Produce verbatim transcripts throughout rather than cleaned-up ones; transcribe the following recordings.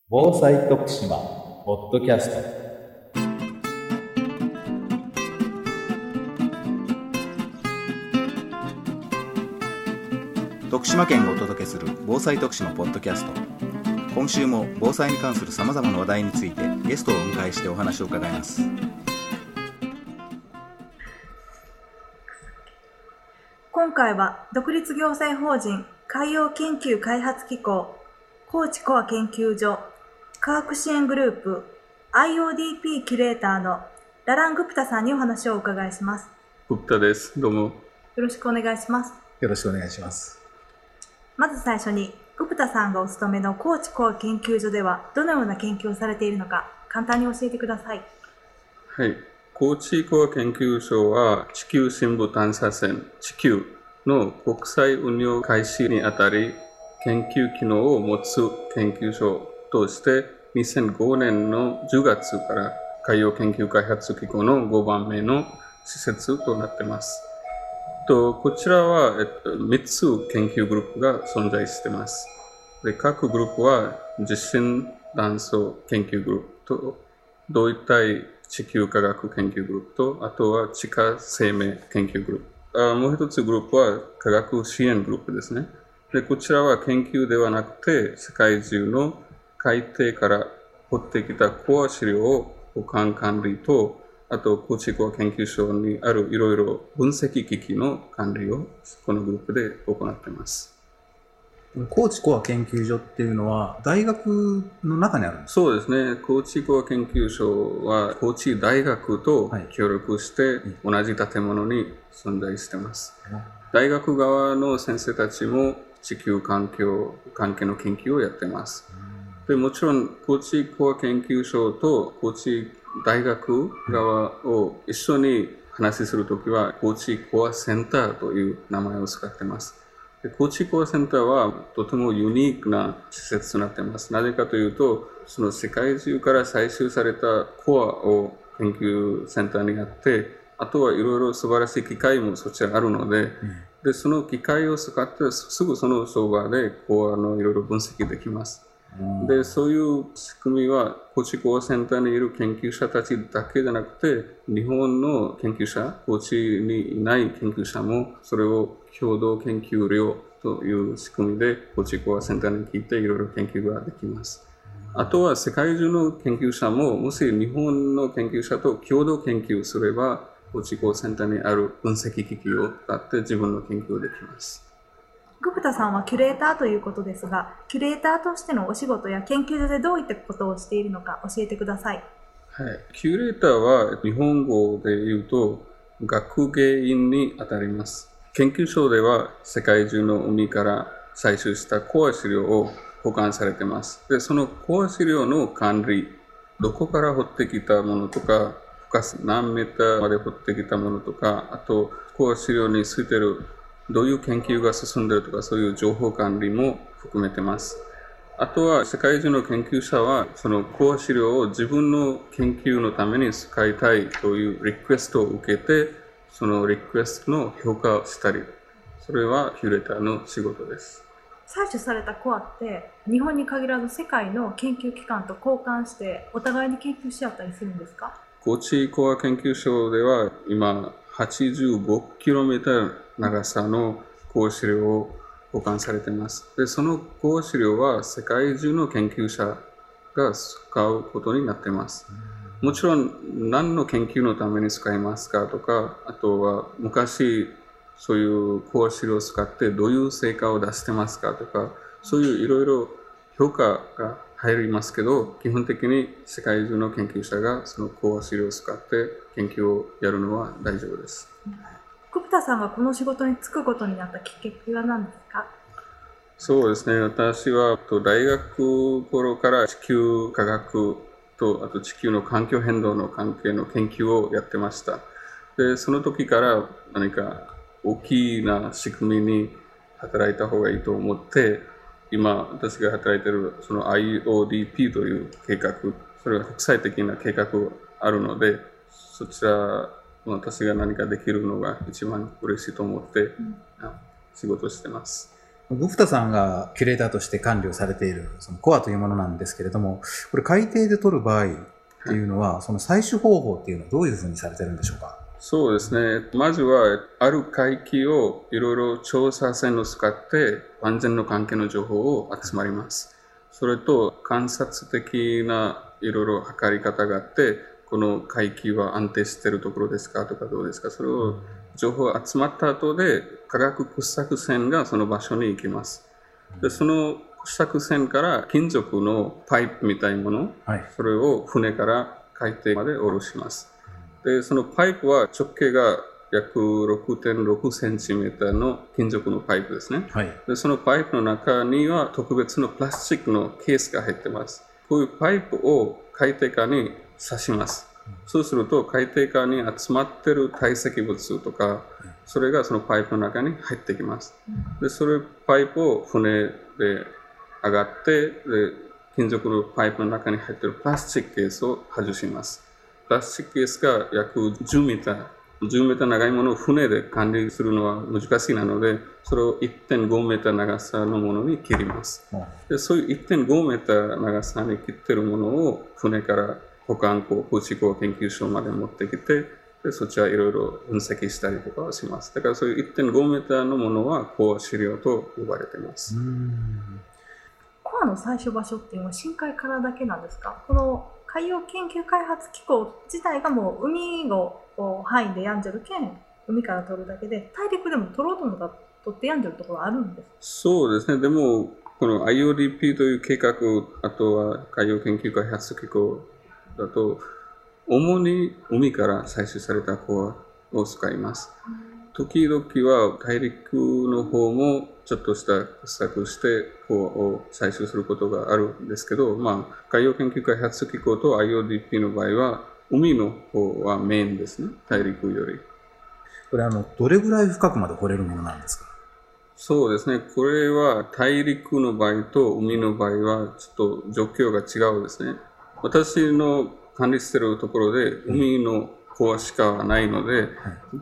防災徳島ポッドキャスト。 徳島県がお届けする防災徳島ポッドキャスト。今週も防災に関するさまざまな話題についてゲストをお迎えしてお話を伺います。 今回は独立行政法人海洋研究開発機構高知コア研究所科学支援グループ アイオーディーピー キュレーターのララン・グプタさんにお話をお伺いします。 グプタです。どうもよろしくお願いします。 よろしくお願いします。 まず最初にグプタさんがお勤めの高知コア研究所ではどのような研究をされているのか簡単に教えてください。 はい、高知コア研究所は地球深部探査船地球の国際運用開始にあたり研究機能を持つ研究所としてにせんごねんのじゅうがつから海洋研究開発機構のごばんめの施設となっています。とこちらは、えっと、みっつ研究グループが存在しています。で各グループは地震断層研究グループと同位体地球科学研究グループとあとは地下生命研究グループ、あもう一つグループは科学支援グループですね。でこちらは研究ではなくて世界中の海底から掘ってきたコア資料を保管管理とあと高知コア研究所にあるいろいろ分析機器の管理をこのグループで行っています。 高知コア研究所っていうのは大学の中にあるんですか？ そうですね。高知コア研究所は高知大学と協力して同じ建物に存在しています。はい、大学側の先生たちも地球環境関係の研究をやっています。でもちろん高知コア研究所と高知大学側を一緒に話しするときは高知コアセンターという名前を使っています。で高知コアセンターはとてもユニークな施設となっています。なぜかというとその世界中から採集されたコアを研究センターにあってあとはいろいろ素晴らしい機械もそちらあるので、うん、でその機械を使ってすぐそのそばでコアのいろいろ分析できます。でそういう仕組みは高知コアセンターにいる研究者たちだけじゃなくて日本の研究者高知にいない研究者もそれを共同研究寮という仕組みで高知コアセンターに聞いていろいろ研究ができます。あとは世界中の研究者ももし日本の研究者と共同研究すれば高知コアセンターにある分析機器を使って自分の研究をできます。 グプタさんはキュレーターということですが、キュレーターとしてのお仕事や研究所でどういったことをしているのか教えてください。 はい、キュレーターは日本語で言うと学芸員にあたります。研究所では世界中の海から採集したコア資料を保管されています。で、そのコア資料の管理、どこから掘ってきたものとか、深さ何メーターまで掘ってきたものとか、あとコア資料についているどういう研究が進んでいるとかそういう情報管理も含めてます。あとは世界中の研究者はそのコア資料を自分の研究のために使いたいというリクエストを受けてそのリクエストの評価をしたり、それはキュレーターの仕事です。 採取されたコアって日本に限らず世界の研究機関と交換してお互いに研究し合ったりするんですか？ 高知コア研究所では今はちじゅうごキロメーター長さのコア資料を保管されています。で、そのコア資料は世界中の研究者が使うことになっています。もちろん何の研究のために使いますかとか、あとは昔そういうコア資料を使ってどういう成果を出してますかとか、そういういろいろ評価が入りますけど、基本的に世界中の研究者がそのコア資料を使って研究をやるのは大丈夫です。 グプタさんがこの仕事に就くことになったきっかけは何ですか？ そうですね。私は大学頃から地球科学とあと地球の環境変動の関係の研究をやってました。で、その時から何か大きな仕組みに働いた方がいいと思って、今私が働いているその アイオーディーピー という計画、それは国際的な計画があるので、そちら私が何かできるのが一番嬉しいと思って、うん、仕事してます。 グフタさんがキュレーターとして管理をされているそのコアというものなんですけれども、これ海底で取る場合っていうのは、はい、その採取方法っていうのはどういうふうにされてるんでしょうか？ そうですね。まずはある海域をいろいろ調査船を使って安全の関係の情報を集まります。それと観察的ないろいろ測り方があって、この海域は安定しているところですかとかどうですか、それを情報が集まった後で科学掘削船がその場所に行きます。でその掘削船から金属のパイプみたいなもの、はい、それを船から海底まで下ろします。でそのパイプは直径が約 ろくてんろくセンチメーターの金属のパイプですね、はい、でそのパイプの中には特別のプラスチックのケースが入ってます。こういうパイプを海底下に刺します。そうすると海底下に集まっている堆積物とか、それがそのパイプの中に入ってきます。でそれパイプを船で上がって、で金属のパイプの中に入っているプラスチックケースを外します。プラスチックケースが約じゅうメーター、じゅうメーター長いものを船で管理するのは難しいなので、それを いってんごメーター長さのものに切ります。でそういう いってんごメーター長さに切っているものを船から保管庫、高知工研究所まで持ってきて、でそちらいろいろ分析したりとかします。だからそういう いってんごメーターのものはコア資料と呼ばれています。 うーんコアの採取場所っていうのは深海からだけなんですか？この海洋研究開発機構自体がもう海の範囲でやんじゃるけん、海から取るだけで、大陸でも取ろうと思ったら取ってやんじゃるところあるんです？ そうですね。でもこの アイオーディーピー という計画、あとは海洋研究開発機構だと主に海から採取されたコアを使います。時々は大陸の方もちょっとした掘削してコアを採取することがあるんですけど、まあ、海洋研究開発機構と アイオーディーピー の場合は海の方はメインですね、大陸より。 これあのどれぐらい深くまで掘れるものなんですか？ そうですね、これは大陸の場合と海の場合はちょっと状況が違うですね。私の管理しているところで海のコアしかないので、はい、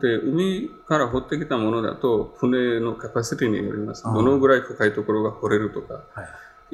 で海から掘ってきたものだと船のカパシティによります。どのぐらい深いところが掘れるとか、はい、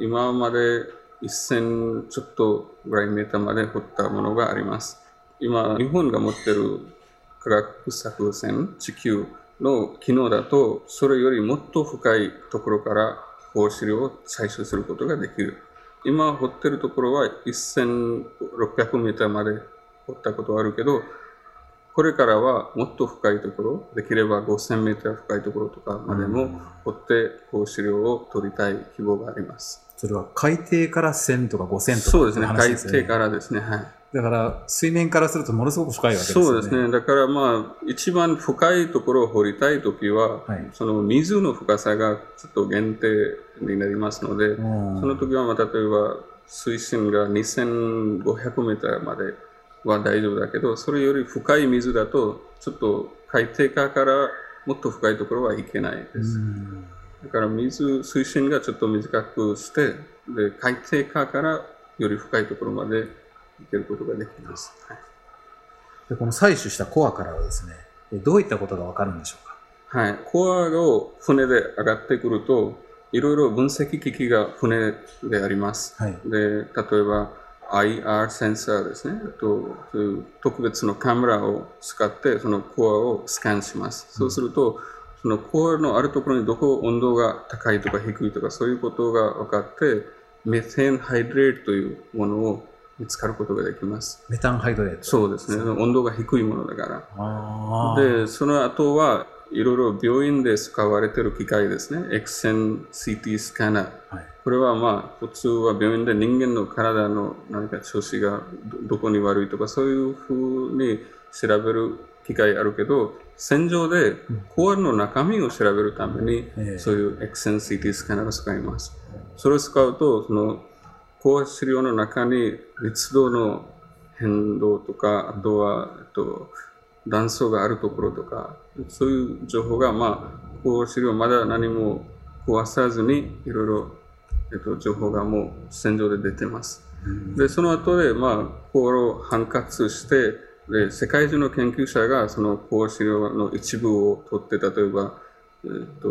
今までせんちょっとぐらいメーターまで掘ったものがあります。今日本が持っている科学掘削船地球の機能だと、それよりもっと深いところからコア資料を採取することができる。今掘ってるところはせんろっぴゃくメーターまで掘ったことはあるけど、これからはもっと深いところ、できればごせんメーター深いところとかまでも掘ってコア資料を取りたい希望があります。 それは海底からせんとかごせんとか、 そうですね、海底からですね。はい。 だから水面からするとものすごく深いわけですね。 そうですね。だからまあ一番深いところを掘りたいときは、はい、その水の深さがちょっと限定になりますので、その時はまあ例えば水深がにせんごひゃくメーターまでは大丈夫だけど、それより深い水だとちょっと海底下からもっと深いところはいけないです。だから水水深がちょっと短くして、で海底下からより深いところまで行けることができます。はい、 でこの採取したコアからはですね、どういったことがわかるんでしょうか？ はい、コアを船で上がってくると、いろいろ分析機器が船であります。はい、で例えば アイアール センサーですね。あとそういう特別のカメラを使ってそのコアをスキャンします。そうすると、そのコアのあるところにどこ温度が高いとか低いとかそういうことが分かって、メタンハイドレートというものを見つかることができます。 メタンハイドレート？ そうですね。温度が低いものだから。あで、その後はいろいろ病院で使われている機械ですね。X 線 シーティー スキャナー。はい、これはまあ普通は病院で人間の体の何か調子が ど, どこに悪いとかそういうふうに調べる機械あるけど、戦場でコアの中身を調べるために、うん、そういう X 線 シーティー スキャナーを使います。それを使うと、そのコア資料の中に密度の変動とか、あとは、えっと、断層があるところとか、そういう情報が、まあ、コア資料まだ何も壊さずに、いろいろ、えっと、情報がもう戦場で出てます。で、その後で、まあ、コアを管轄して、で、世界中の研究者がそのコア資料の一部を取って、例えば、えっと、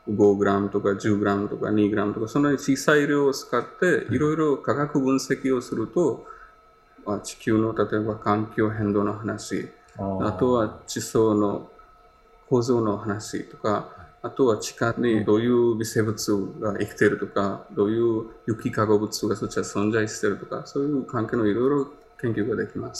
ごグラムとかじゅうグラムとかにグラムとかそんなに小さい量を使っていろいろ化学分析をすると、まあ、地球の例えば環境変動の話、あとは地層の構造の話とか、あとは地下にどういう微生物が生きているとか、どういう有機化合物がそちら存在しているとか、そういう関係のいろいろ研究ができます。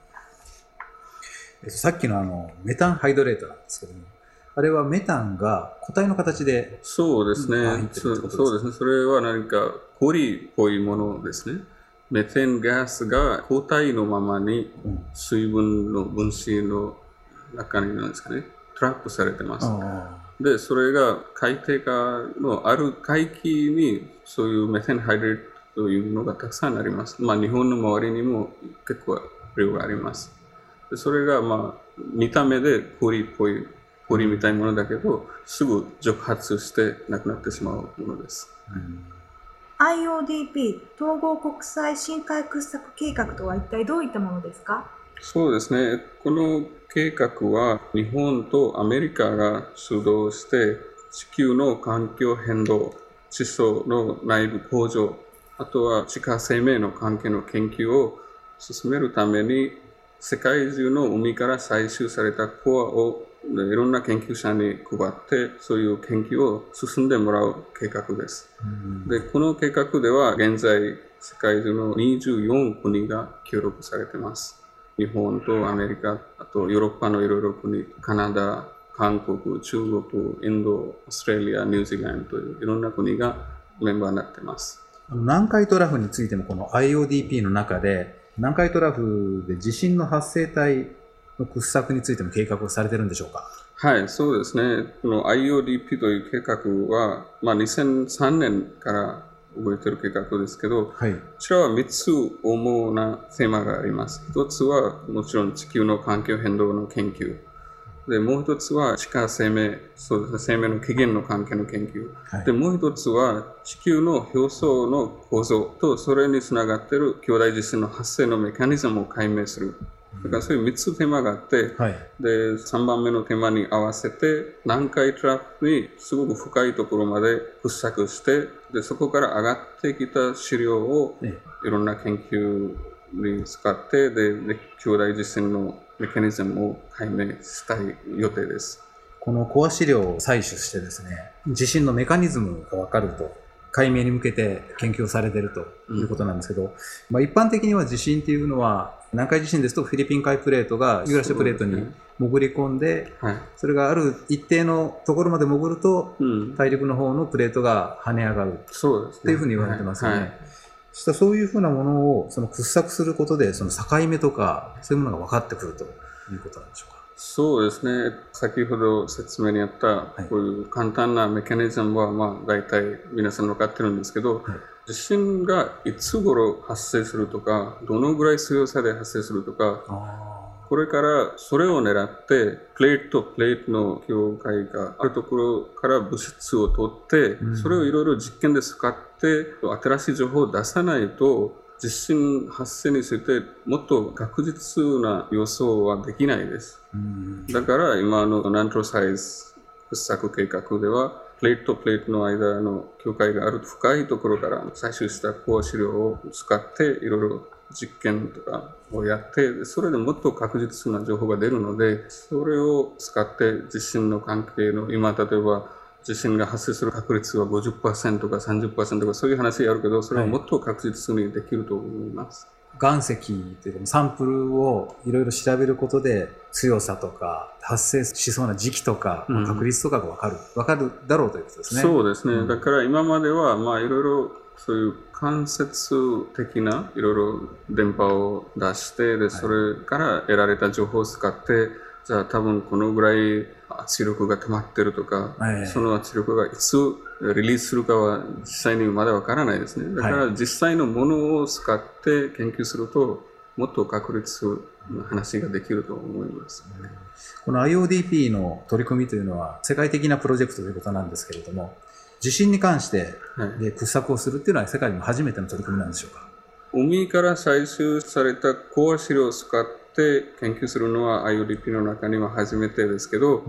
えっと、さっきのあのメタンハイドレートなんですけども、あれはメタンが固体の形で、 そうですね、うん、そ, そうですね、それは何か氷っぽいものですね。メタンガスが固体のままに水分の分子の中になんですかね、トラップされてます。で、それが海底下のある海域にそういうメタンハイドレートというのがたくさんあります。まあ、日本の周りにも結構量があります。でそれがまあ見た目で氷っぽい氷みたいなものだけど、すぐ蒸発してなくなってしまうものです。うん、 アイオーディーピー 統合国際深海掘削計画とは一体どういったものですか？ そうですね。この計画は日本とアメリカが主導して地球の環境変動、地層の内部向上、あとは地下生命の関係の研究を進めるために世界中の海から採集されたコアをいろんな研究者に配ってそういう研究を進んでもらう計画です。で、この計画では現在世界中のにじゅうよんくにが協力されています。日本とアメリカ、あとヨーロッパのいろいろ国、カナダ、韓国、中国、インド、オーストラリア、ニュージーランドといういろんな国がメンバーになっています。 南海トラフについてもこの アイオーディーピー の中で南海トラフで地震の発生帯の掘削についても計画をされているんでしょうか？ はい、そうですね。この アイオーディーピー という計画は、まあ、にせんさんねんから動いている計画ですけど、はい、こちらはみっつ主なテーマがあります。一つはもちろん地球の環境変動の研究。で、もう一つは地下生命、そうですね、生命の起源の関係の研究。はい、で、もう一つは地球の表層の構造とそれにつながっている巨大地震の発生のメカニズムを解明する。だからそういうみっつテーマがあって、はい、でさんばんめのテーマに合わせて南海トラフにすごく深いところまで掘削してでそこから上がってきた資料をいろんな研究に使ってでで巨大地震のメカニズムを解明したい予定です。 このコア資料を採取してですね、地震のメカニズムが分かると解明に向けて研究をされているということなんですけど、うんまあ、一般的には地震っていうのは南海地震ですとフィリピン海プレートがユーラシアプレートに潜り込んで、はい、それがある一定のところまで潜ると、うん、大陸の方のプレートが跳ね上がるっていうふうに言われてますよね。はいはい、そしたらそういうふうなものをその掘削することでその境目とかそういうものが分かってくるということなんでしょうか？ そうですね。先ほど説明にあったこういう簡単なメカニズムはまあ大体皆さん分かってるんですけど、はい、地震がいつ頃発生するとかどのぐらい強さで発生するとか、これからそれを狙ってプレートとプレートの境界があるところから物質を取って、うん、それをいろいろ実験で使って新しい情報を出さないと地震発生についてもっと確実な予想はできないです。うん、だから今のナントロサイズ掘削計画ではプレートとプレートの間の境界がある深いところから採取したコア資料を使っていろいろ実験とかをやってそれでもっと確実な情報が出るのでそれを使って地震の関係の今例えば地震が発生する確率は ごじゅっパーセント か さんじゅっパーセント かそういう話があるけどそれはもっと確実にできると思います。 はい、岩石というかサンプルをいろいろ調べることで強さとか発生しそうな時期とか、うん、確率とかが分かる分かるだろうということですね。 そうですね。うん、だから今まではまあいろいろそういう間接的ないろいろ電波を出してでそれから得られた情報を使ってじゃあ多分このぐらい圧力が溜まってるとか、はい、その圧力がいつリリースするかは実際にまだわからないですね。だから実際のものを使って研究するともっと確率の話ができると思います。 この アイオーディーピー の取り組みというのは世界的なプロジェクトということなんですけれども地震に関してで掘削をするっていうのは世界でも初めての取り組みなんでしょうか？ 海から採集されたコア資料を使って研究するのは アイオーディーピー の中には初めてですけど、うん、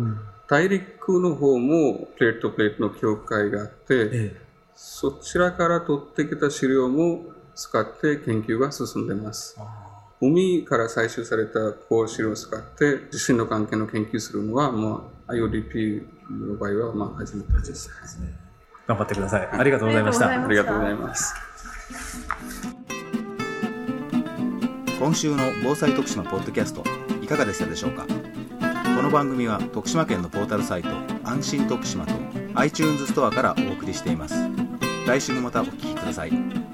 大陸の方もプレートとプレートの境界があって、ええ、そちらから取ってきた資料も使って研究が進んでいます。海から採取された鉱資料を使って地震の関係の研究するのは、まあ、アイオーディーピー の場合はまあ初めてです。 頑張ってください。ありがとうございました。 ありがとうございます。 今週の防災徳島ポッドキャストいかがでしたでしょうか。この番組は徳島県のポータルサイト安心徳島と iTunes ストアからお送りしています。来週もまたお聞きください。